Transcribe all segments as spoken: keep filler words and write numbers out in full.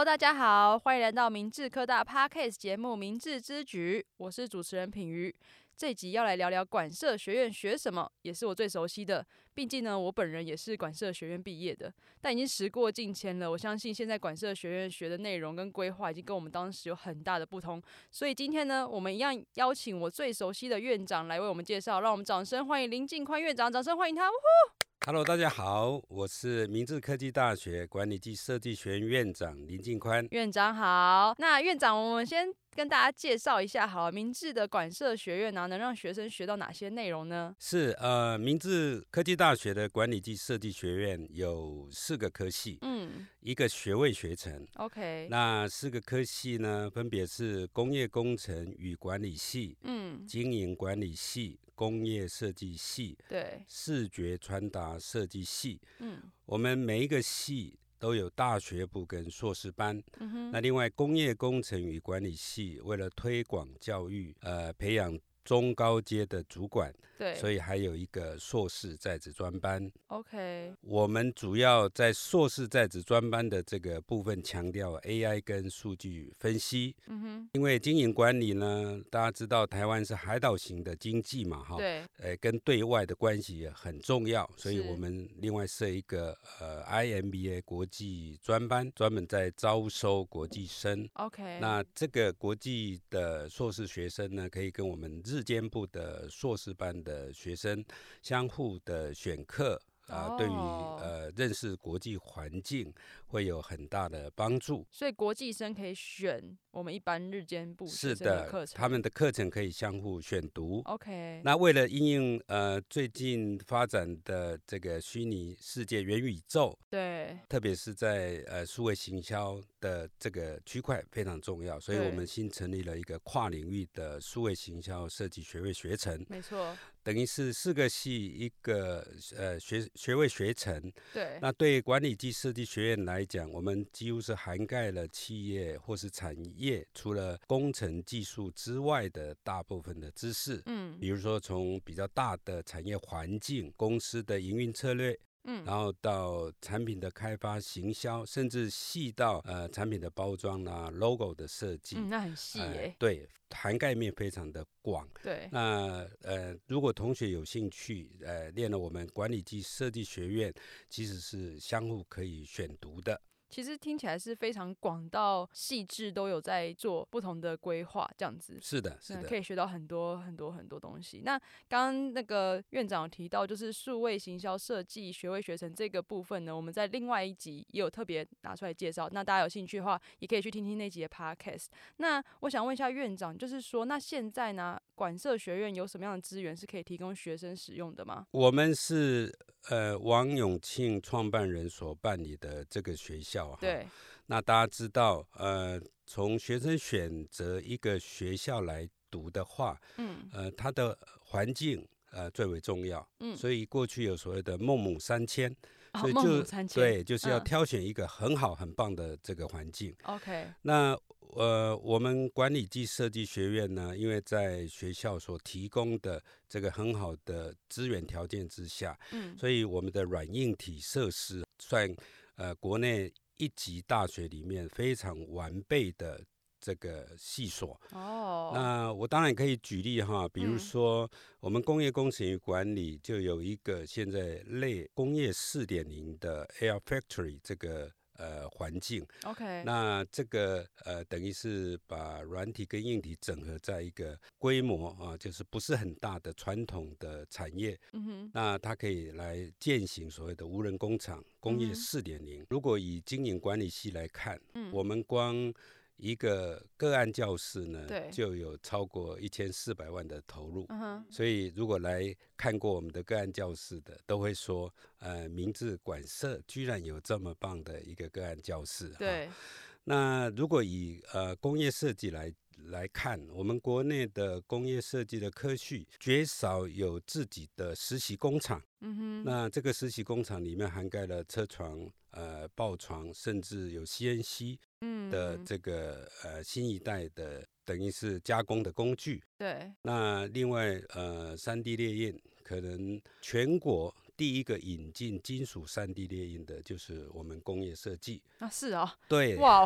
Hello， 大家好，欢迎来到明志科大 Podcast 节目《明志之举》，我是主持人品瑜。这一集要来聊聊管社学院学什么，也是我最熟悉的。毕竟呢，我本人也是管社学院毕业的，但已经时过境迁了。我相信现在管社学院学的内容跟规划已经跟我们当时有很大的不同。所以今天呢，我们一样邀请我最熟悉的院长来为我们介绍，让我们掌声欢迎林进宽院长，掌声欢迎他！呜呼 Hello， 大家好，我是明志科技大学管理暨设计学院院长林进宽。 院长好，那院长，我们先跟大家介绍一下好了，明志的管社学院呢、啊，能让学生学到哪些内容呢？ 是呃，明志科技大学的管理暨设计学院有四个科系，嗯，一个学位学程。 OK， 那四个科系呢，分别是工业工程与管理系，嗯，经营管理系、工业设计系， 对， 视觉传达设计系。嗯，我们每一个系都有大学部跟硕士班，嗯、那另外工业工程与管理系为了推广教育，呃，培养中高阶的主管， 对， 所以还有一个硕士在职专班。 OK， 我们主要在硕士在职专班的这个部分强调 A I 跟数据分析。嗯哼，因为经营管理呢，大家知道台湾是海岛型的经济嘛，哈， 对， 呃，跟对外的关系也很重要，所以我们另外设一个呃 I M B A 国际专班，专门在招收国际生。 OK， 那这个国际的硕士学生呢，可以跟我们日间部的硕士班的学生相互的选课。啊、呃，对于呃认识国际环境会有很大的帮助。 所以国际生可以选我们一般日间部学是生的课程， 他们的课程可以相互选读。 OK， 那为了因应呃最近发展的这个虚拟世界元宇宙， 对， 特别是在呃数位行销的这个区块非常重要，所以我们新成立了一个跨领域的数位行销设计学位学程。 没错， 等于是四个系一个呃学学位学程。 对， 那对管理暨设计学院来讲，我们几乎是涵盖了企业或是产业除了工程技术之外的大部分的知识。嗯，比如说从比较大的产业环境、公司的营运策略。嗯，然后到产品的开发、行销，甚至细到呃产品的包装啊、logo 的设计， 嗯，那很细耶、呃。 对，涵盖面非常的广。 对， 那呃，如果同学有兴趣，呃，练了我们管理暨设计学院，其实是相互可以选读的。 其实听起来是非常广到细致，都有在做不同的规划，这样子。 是的，是的， 可以学到很多很多很多东西。那刚刚那个院长有提到，就是数位行销设计学位学程这个部分呢，我们在另外一集也有特别拿出来介绍。那大家有兴趣的话，也可以去听听那集的 podcast。那我想问一下院长，就是说，那现在呢，管社学院有什么样的资源是可以提供学生使用的吗？ 我们是呃王永庆创办人所办理的这个学校。 对， 那大家知道，呃，从学生选择一个学校来读的话，嗯，呃，它的环境呃最为重要，嗯，所以过去有所谓的孟母三迁，所以就、 哦、孟母三迁对，就是要挑选一个很好很棒的这个环境。 OK，、嗯、 那呃，我们管理暨设计学院呢，因为在学校所提供的这个很好的资源条件之下，嗯，所以我们的软硬体设施算呃国内一级大学里面非常完备的这个系所。哦，那我当然可以举例哈，比如说、嗯、我们工业工程与管理就有一个现在类工业 四点零 的 Air Factory 这个呃环境。 OK， 那这个呃等于是把软体跟硬体整合在一个规模啊，就是不是很大的传统的产业。嗯哼，那它可以来践行所谓的无人工厂工业 四点零、嗯、如果以经营管理系来看，嗯，我们光一个个案教室呢，就有超过一千四百万的投入、uh-huh. 所以如果来看过我们的个案教室的，都会说，呃，明志管社居然有这么棒的一个个案教室。 对， 那如果以呃工业设计来来看，我们国内的工业设计的科系绝少有自己的实习工厂。嗯哼，那这个实习工厂里面涵盖了车床、呃爆床，甚至有 C N C 的这个、嗯、呃新一代的等于是加工的工具。 对， 那另外呃 三 D 列印，可能全国第一个引进金属 三 D 列印的就是我们工业设计啊，是哦， 对， 哇，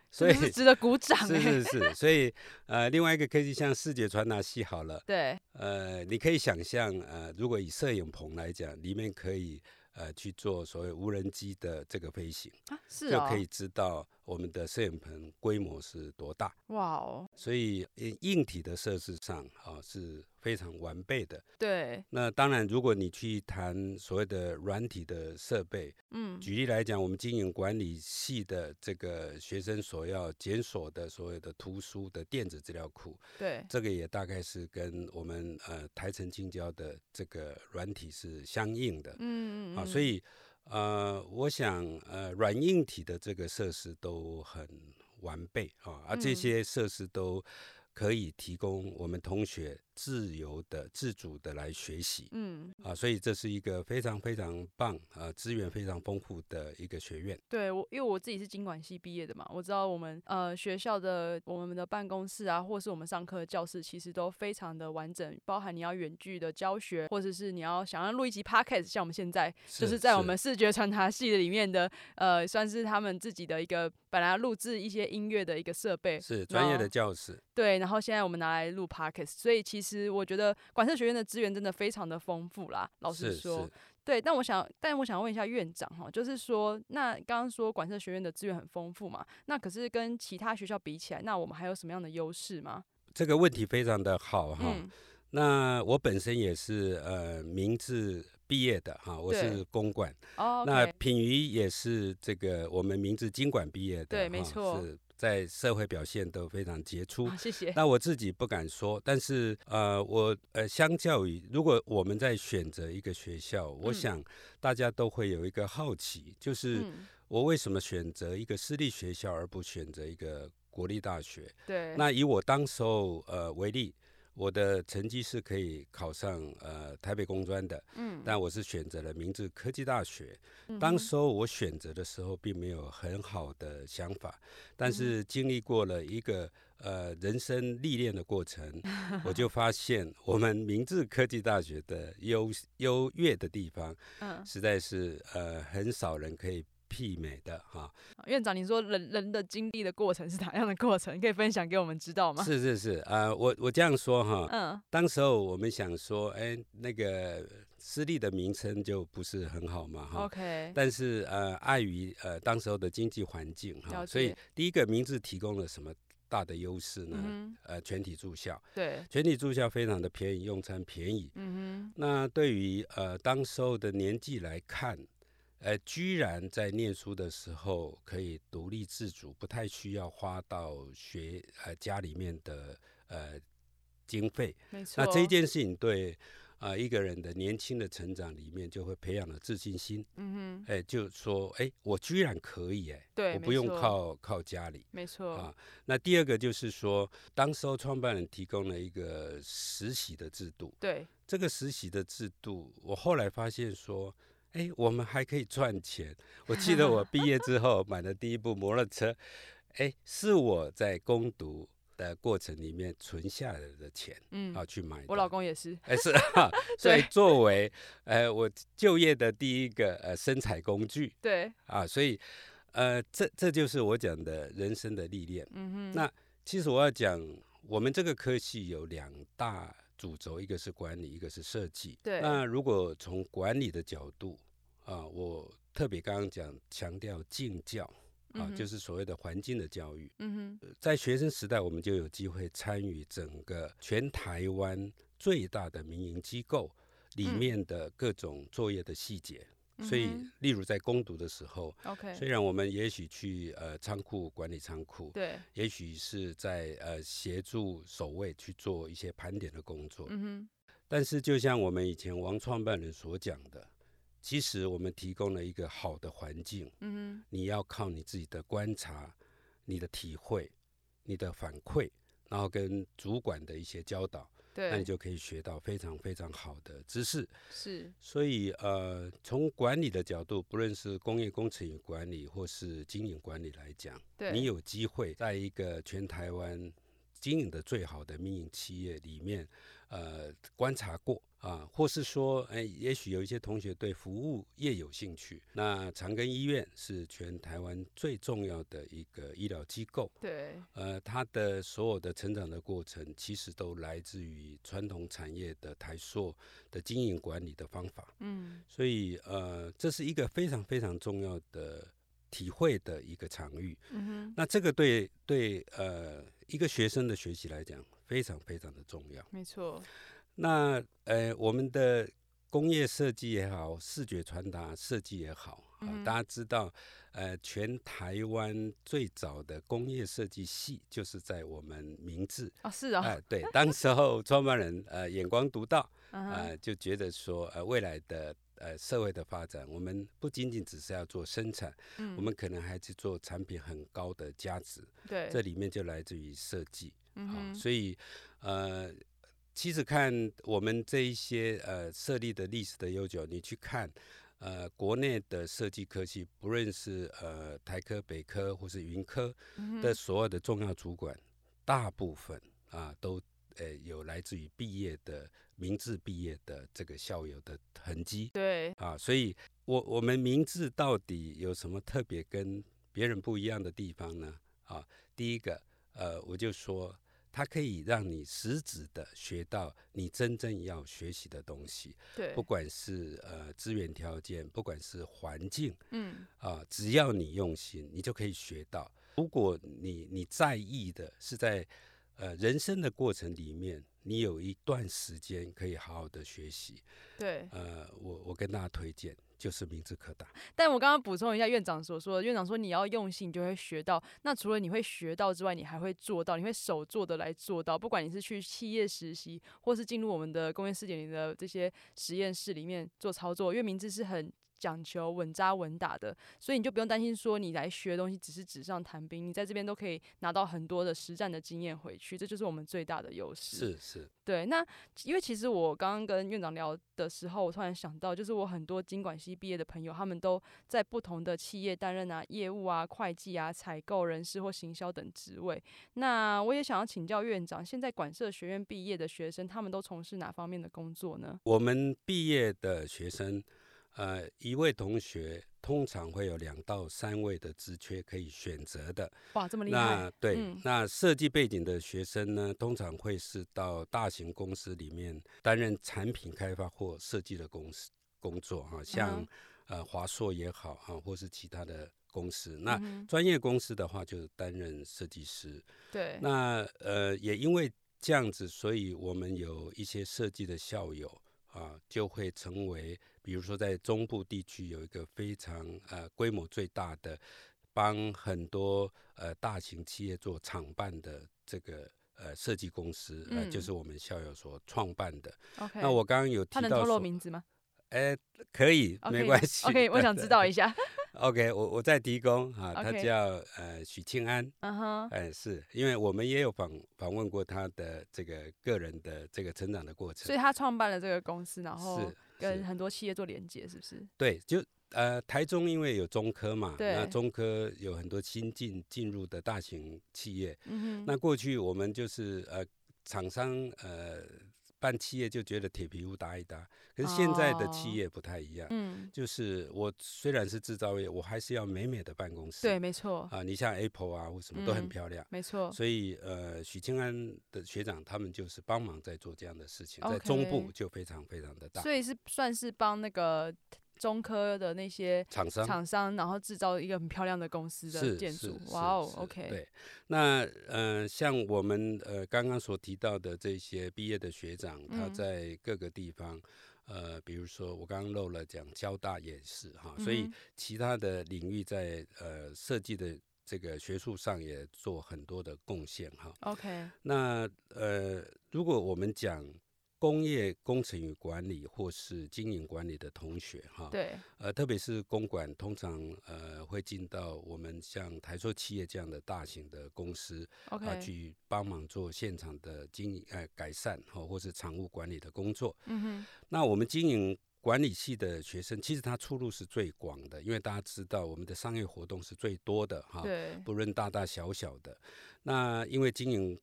所以是值得鼓掌。 是是是，所以呃，另外一个科技像视觉传达器好了， 对， 呃，你可以想象，呃，如果以摄影棚来讲，里面可以呃去做所谓无人机的这个飞行， 啊、是就可以哦， 知道我们的摄影棚规模是多大。 哇哦， 所以硬体的设施上啊是非常完备的。 对， 那当然，如果你去谈所谓的软体的设备， 嗯， 举例来讲，我们经营管理系的这个学生所要检索的所谓的图书的电子资料库， 对， 这个也大概是跟我们呃台城精交的这个软体是相应的。 嗯嗯嗯， 啊，所以呃，我想呃软硬体的这个设施都很完备啊，而这嗯些设施都可以提供我们同学自由的、自主的来学习。 嗯， 啊，所以这是一个非常非常棒，呃，资源非常丰富的一个学院。 对我，因为我自己是经管系毕业的嘛，我知道我们呃学校的我们的办公室啊，或是我们上课的教室，其实都非常的完整，包含你要远距的教学，或者是你要想要录一集 podcast，像我们现在就是在我们视觉传达系里面的，呃，算是他们自己的一个本来录制一些音乐的一个设备， 是专业的教室。 对，然后现在我们拿来录 podcast，所以其实我觉得管社学院的资源真的非常的丰富啦。老实说， 是是对，但我想，但我想问一下院长哈，就是说，那刚刚说管社学院的资源很丰富嘛，那可是跟其他学校比起来，那我们还有什么样的优势吗？ 这个问题非常的好哈。 嗯， 那我本身也是呃明治毕业的哈，我是公管。 哦， 那品瑜也是这个我们明治经管毕业的， 对，没错， 是在社会表现都非常杰出。 啊、谢谢。 那我自己不敢说，但是呃，我呃，相较于如果我们在选择一个学校，我想大家都会有一个好奇，就是我为什么选择一个私立学校而不选择一个国立大学？ 对。 那以我当时候呃为例。我的成绩是可以考上呃台北工专的，嗯，但我是选择了明治科技大学。嗯、当时候我选择的时候并没有很好的想法，但是经历过了一个呃人生历练的过程，我就发现我们明治科技大学的优优越的地方，嗯，实在是呃很少人可以媲美的哈。 院长，你说人人的经历的过程是哪样的过程？可以分享给我们知道吗？ 是是是，呃，我我这样说哈， 嗯， 当时候我们想说，哎，那个私立的名称就不是很好嘛哈。 OK。 但是呃，碍于呃当时候的经济环境哈，所以第一个明治提供了什么大的优势呢？嗯、呃，全体住校。 对， 全体住校非常的便宜，用餐便宜。嗯哼。那对于呃当时候的年纪来看。呃，居然在念书的时候可以独立自主，不太需要花到学呃家里面的呃经费。 没错。 那这一件事情对啊、呃、一个人的年轻的成长里面就会培养了自信心。嗯哼。哎、欸，就说哎、欸，我居然可以哎、欸， 对， 我不用靠靠家里。 没错。 啊，那第二个就是说，当时候创办人提供了一个实习的制度。 对。 这个实习的制度，我后来发现说。哎，我们还可以赚钱。我记得我毕业之后买的第一部摩托车，哎，是我在攻读的过程里面存下来的钱，嗯，啊，去买的。 我老公也是， 哎，是啊，所以作为呃我就业的第一个呃生财工具， 对， 啊，所以呃这这就是我讲的人生的历练。嗯哼。那其实我要讲，我们这个科系有两大主轴，一个是管理，一个是设计。 对。 那如果从管理的角度，啊，我特别刚刚讲强调敬教啊，嗯、就是所谓的环境的教育。嗯哼，在学生时代，我们就有机会参与整个全台湾最大的民营机构里面的各种作业的细节。嗯、所以，例如在攻读的时候， OK， 虽然我们也许去呃仓库管理仓库， 对， 也许是在呃协助守卫去做一些盘点的工作。嗯哼，但是就像我们以前王创办人所讲的。其实我们提供了一个好的环境，嗯、你要靠你自己的观察、你的体会、你的反馈，然后跟主管的一些教导，那你就可以学到非常非常好的知识。 是， 所以呃，从管理的角度，不论是工业工程与管理或是经营管理来讲，你有机会在一个全台湾经营的最好的民营企业里面， 呃观察过啊，或是说，哎，也许有一些同学对服务业有兴趣。那长庚医院是全台湾最重要的一个医疗机构， 对， 呃，它的所有的成长的过程，其实都来自于传统产业的台塑的经营管理的方法。嗯，所以呃，这是一个非常非常重要的体会的一个场域。嗯哼，那这个对对呃一个学生的学习来讲，非常非常的重要。 没错。 那呃，我们的工业设计也好，视觉传达设计也好，啊，嗯、大家知道，呃，全台湾最早的工业设计系就是在我们明志啊、哦，是啊、哦呃，对，当时候创办人呃眼光独到，呃，就觉得说，呃，未来的呃社会的发展，我们不仅仅只是要做生产，嗯、我们可能还去做产品很高的价值， 对， 这里面就来自于设计，嗯、啊，所以呃。其实看我们这一些呃设立的历史的悠久，你去看呃国内的设计科系，不论是呃台科、北科或是云科的所有的重要主管，大部分啊都呃有来自于毕业的明志毕业的这个校友的痕迹。 对啊，所以我我们明志到底有什么特别跟别人不一样的地方呢？啊，第一个呃我就说。它可以让你实质的学到你真正要学习的东西， 对， 不管是呃资源条件，不管是环境，嗯啊、呃，只要你用心，你就可以学到。如果你你在意的是在呃人生的过程里面，你有一段时间可以好好的学习， 对， 呃，我我跟大家推荐。就是明志科大， 但我刚刚补充一下院长所说的，院长说你要用心，你就会学到。那除了你会学到之外，你还会做到，你会手做的来做到。不管你是去企业实习，或是进入我们的工业四点零的这些实验室里面做操作，因为明志是很讲求稳扎稳打的，所以你就不用担心说你来学的东西只是纸上谈兵，你在这边都可以拿到很多的实战的经验回去，这就是我们最大的优势。 是是， 对。那因为其实我刚刚跟院长聊的时候，我突然想到，就是我很多经管系毕业的朋友，他们都在不同的企业担任啊业务啊、会计啊、采购、人事或行销等职位。那我也想要请教院长，现在管社学院毕业的学生，他们都从事哪方面的工作呢？ 我们毕业的学生。呃，一位同学通常会有两到三位的职缺可以选择的。 哇，这么厉害！ 那对， 嗯、 那设计背景的学生呢，通常会是到大型公司里面担任产品开发或设计的公司工作哈，像、嗯、呃华硕也好啊，或是其他的公司。那专业公司的话，就担任设计师。 对。 那呃，也因为这样子，所以我们有一些设计的校友。啊，就会成为，比如说在中部地区有一个非常呃规模最大的，帮很多呃大型企业做厂办的这个呃设计公司，呃、嗯、就是我们校友所创办的。 Okay. 那我刚刚有提到，他能透露名字吗？ 哎、欸，可以， okay, 没关系。 OK， 我想知道一下。 OK， 我我再提供啊， okay. 他叫呃许庆安，嗯哼，哎，是因为我们也有访访问过他的这个个人的这个成长的过程， 所以他创办了这个公司，然后跟很多企业做连接，是不是？ 对，就呃台中因为有中科嘛，那中科有很多新进进入的大型企业，嗯哼，那过去我们就是呃厂商呃。办企业就觉得铁皮屋搭一搭，可是现在的企业不太一样。嗯，就是我虽然是制造业，我还是要美美的办公室。 对，没错。 啊，你像 Apple 啊或什么都很漂亮。 嗯、没错。 所以呃，许庆安的学长他们就是帮忙在做这样的事情， okay, 在中部就非常非常的大。 所以是算是帮那个。中科的那些厂商， 厂商，然后制造一个很漂亮的公司的建筑，哇哦 ，OK。 对，那呃，像我们呃刚刚所提到的这些毕业的学长，嗯、他在各个地方，呃，比如说我刚刚漏了讲，交大也是哈，嗯、所以其他的领域在呃设计的这个学术上也做很多的贡献哈。 OK， 那呃，如果我们讲。工业工程与管理或是经营管理的同学哈， 对， 呃，特别是公管，通常呃会进到我们像台塑企业这样的大型的公司， OK， 啊，去帮忙做现场的经营呃改善哈，或是常务管理的工作。嗯哼，那我们经营管理系的学生，其实他出路是最广的，因为大家知道我们的商业活动是最多的哈， 对， 不论大大小小的。那因为经营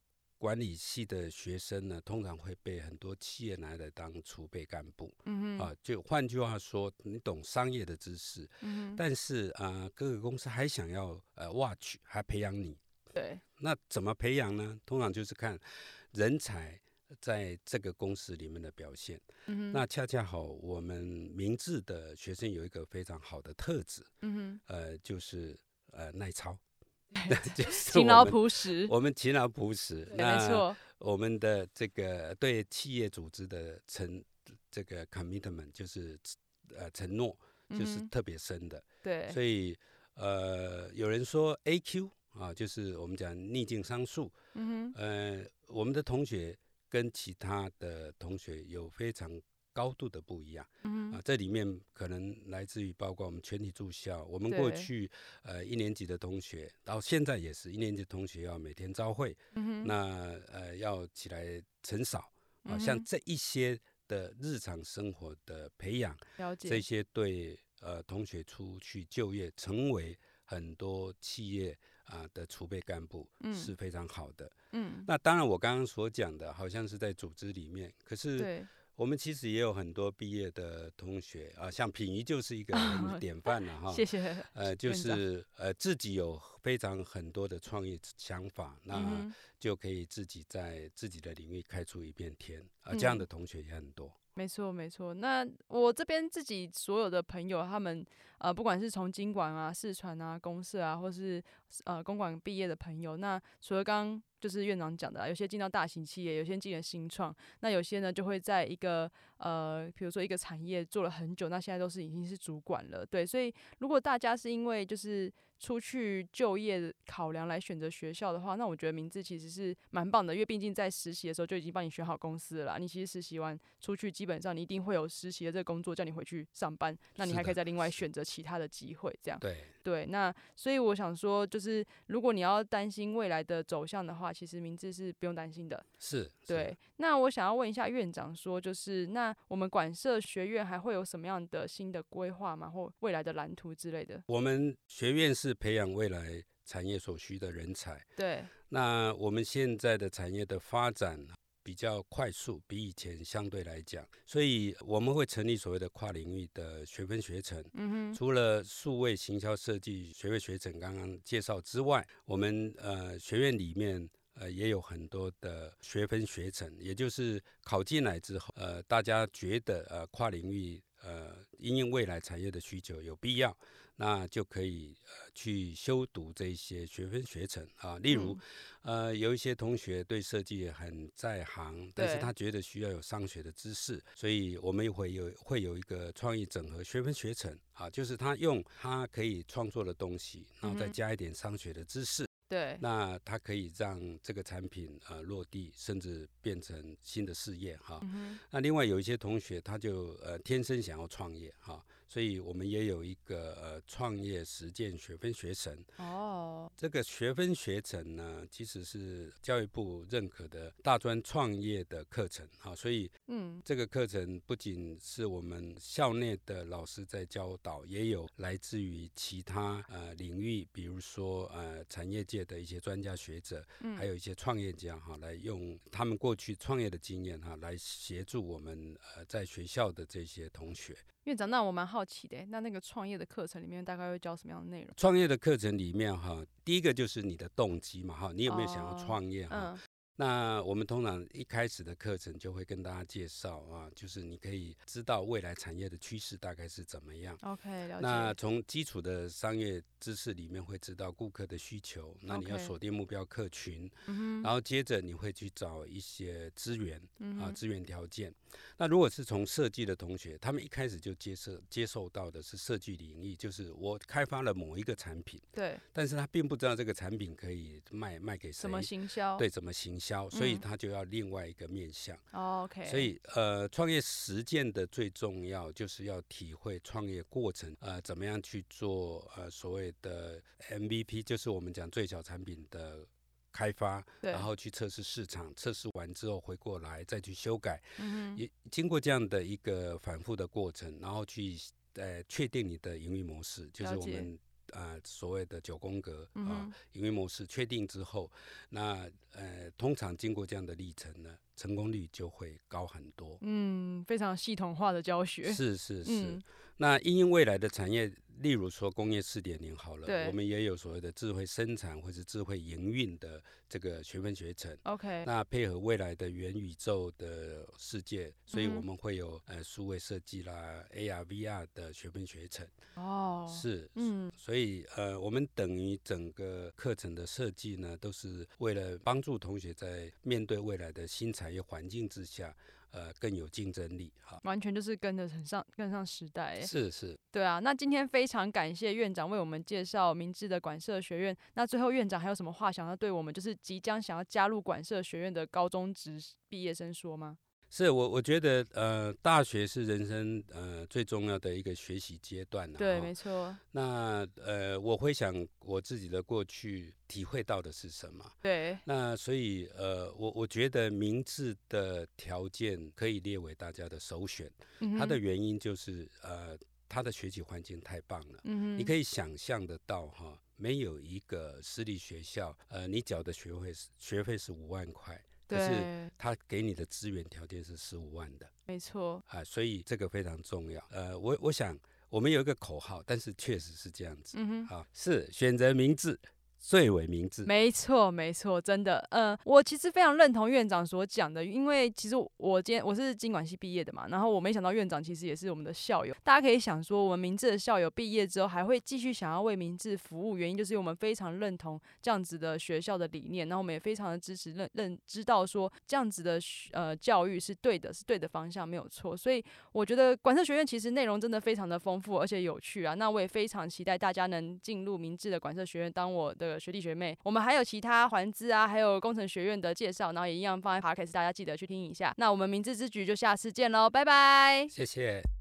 管理系的学生呢，通常会被很多企业拿来当储备干部。嗯啊，就换句话说，你懂商业的知识，嗯，但是啊、呃，各个公司还想要呃挖取，还培养你。 对， 那怎么培养呢？通常就是看人才在这个公司里面的表现。嗯、那恰恰好，我们明志的学生有一个非常好的特质，嗯、呃，就是呃耐操。 勤劳朴实， 我们勤劳朴实， 没错。 我们的这个对企业组织的承这个 commitment 就是呃承诺，就是特别深的。 嗯、对， 所以呃有人说 A Q 啊，就是我们讲逆境商数。嗯哼，呃，我们的同学跟其他的同学有非常高度的不一样。嗯、啊，这里面可能来自于包括我们全体住校，我们过去呃一年级的同学，到现在也是一年级的同学要每天朝会，嗯、那呃要起来晨扫啊，嗯、像这一些的日常生活的培养， 了解， 这些对呃同学出去就业，成为很多企业啊的储备干部是非常好的。嗯，那当然我刚刚所讲的好像是在组织里面，可是我们其实也有很多毕业的同学啊，像品仪就是一个很典范了哈。 谢谢。 呃，就是呃自己有非常很多的创业想法，那就可以自己在自己的领域开出一片天啊、呃，这样的同学也很多。嗯， 没错，没错。那我这边自己所有的朋友，他们呃，不管是从经管啊、视传啊、公社啊，或是呃公管毕业的朋友，那除了刚刚就是院长讲的，有些进到大型企业，有些进了新创，那有些呢就会在一个呃，比如说一个产业做了很久，那现在都是已经是主管了，对。所以如果大家是因为就是出去就业考量来选择学校的话，那我觉得明志其实是蛮棒的，因为毕竟在实习的时候就已经帮你选好公司了啦。你其实实习完出去，基本上你一定会有实习的这个工作叫你回去上班，那你还可以再另外选择其他的机会，这样。 对对，那所以我想说，就是如果你要担心未来的走向的话，其实明志是不用担心的。 是， 对。那我想要问一下院长说，就是那我们管社学院还会有什么样的新的规划吗？或未来的蓝图之类的？ 我们学院是培养未来产业所需的人才。 对。 那我们现在的产业的发展比较快速，比以前相对来讲，所以我们会成立所谓的跨领域的学分学程。嗯哼，除了数位行销设计学位学程刚刚介绍之外，我们呃学院里面呃也有很多的学分学程，也就是考进来之后，呃大家觉得呃跨领域呃因应未来产业的需求有必要，那就可以呃去修读这些学分学程啊。例如，嗯、呃有一些同学对设计很在行，但是他觉得需要有商学的知识，所以我们会有会有一个创意整合学分学程啊，就是他用他可以创作的东西，然后再加一点商学的知识。 对， 那它可以让这个产品呃落地，甚至变成新的事业哈。嗯、那另外有一些同学他就呃天生想要创业哈，所以我们也有一个呃创业实践学分学程。哦，这个学分学程呢，其实是教育部认可的大专创业的课程哈，所以嗯，这个课程不仅是我们校内的老师在教导，也有来自于其他呃领域，比如说呃产业界的一些专家学者，嗯、还有一些创业家哈，来用他们过去创业的经验哈，来协助我们呃在学校的这些同学。 院长，那我蛮好奇的，那那个创业的课程里面大概会教什么样的内容？ 创业的课程里面哈，第一个就是你的动机嘛哈，你有没有想要创业哈？哦嗯，那我们通常一开始的课程就会跟大家介绍啊，就是你可以知道未来产业的趋势大概是怎么样。 OK， 了解。 那从基础的商业知识里面会知道顾客的需求，那你要锁定目标客群， okay， 然后接着你会去找一些资源、嗯、啊资源条件。那如果是从设计的同学，他们一开始就接受接受到的是设计领域，就是我开发了某一个产品， 对， 但是他并不知道这个产品可以卖卖给谁， 怎么行销， 对，怎么行销，所以他就要另外一个面向。 哦、OK， 所以呃，创业实践的最重要就是要体会创业过程，呃，怎么样去做呃所谓的 M V P， 就是我们讲最小产品的开发，然后去测试市场，测试完之后回过来再去修改，嗯、也经过这样的一个反复的过程，然后去呃确定你的营运模式，就是我们啊、呃、所谓的九宫格啊、 嗯、 营运模式确定之后，那呃通常经过这样的历程呢，成功率就会高很多。 嗯，非常系统化的教学。 是是是。 嗯、 那因应未来的产业，例如说工业四点零好了， 对， 我们也有所谓的智慧生产或是智慧营运的这个学分学程。 OK， 那配合未来的元宇宙的世界，所以我们会有、嗯、呃数位设计啦、A R、V R 的学分学程。 哦， 是， 嗯， 所以呃，我们等于整个课程的设计呢，都是为了帮助同学在面对未来的新产业环境之下。呃，更有竞争力哈， 完全就是跟着很上跟上时代。 是是， 对啊。那今天非常感谢院长为我们介绍明志的管社学院。那最后院长还有什么话想要对我们就是即将想要加入管社学院的高中职毕业生说吗？ 是我我觉得呃，大学是人生呃最重要的一个学习阶段、啊、 对，没错。 那呃，我会想我自己的过去体会到的是什么？ 对。 那所以呃，我我觉得明志的条件可以列为大家的首选。嗯、它的原因就是呃，它的学习环境太棒了。嗯、你可以想象得到哈，没有一个私立学校，呃，你缴的学费学费是五万块。可是他给你的资源条件是十五万的， 没错啊，所以这个非常重要。呃，我我想我们有一个口号，但是确实是这样子，嗯、啊，是选择明志最为明智。 没错没错，真的。呃，我其实非常认同院长所讲的，因为其实我今天我是经管系毕业的嘛，然后我没想到院长其实也是我们的校友。大家可以想说，我们明志的校友毕业之后还会继续想要为明志服务，原因就是我们非常认同这样子的学校的理念，然后我们也非常的支持认认知道说这样子的呃教育是对的，是对的方向，没有错。所以我觉得管社学院其实内容真的非常的丰富而且有趣啊。那我也非常期待大家能进入明志的管社学院当我的学弟学妹。我们还有其他环资啊，还有工程学院的介绍，然后也一样放在 Podcast， 大家记得去听一下。那我们明志之举就下次见喽，拜拜， 谢谢。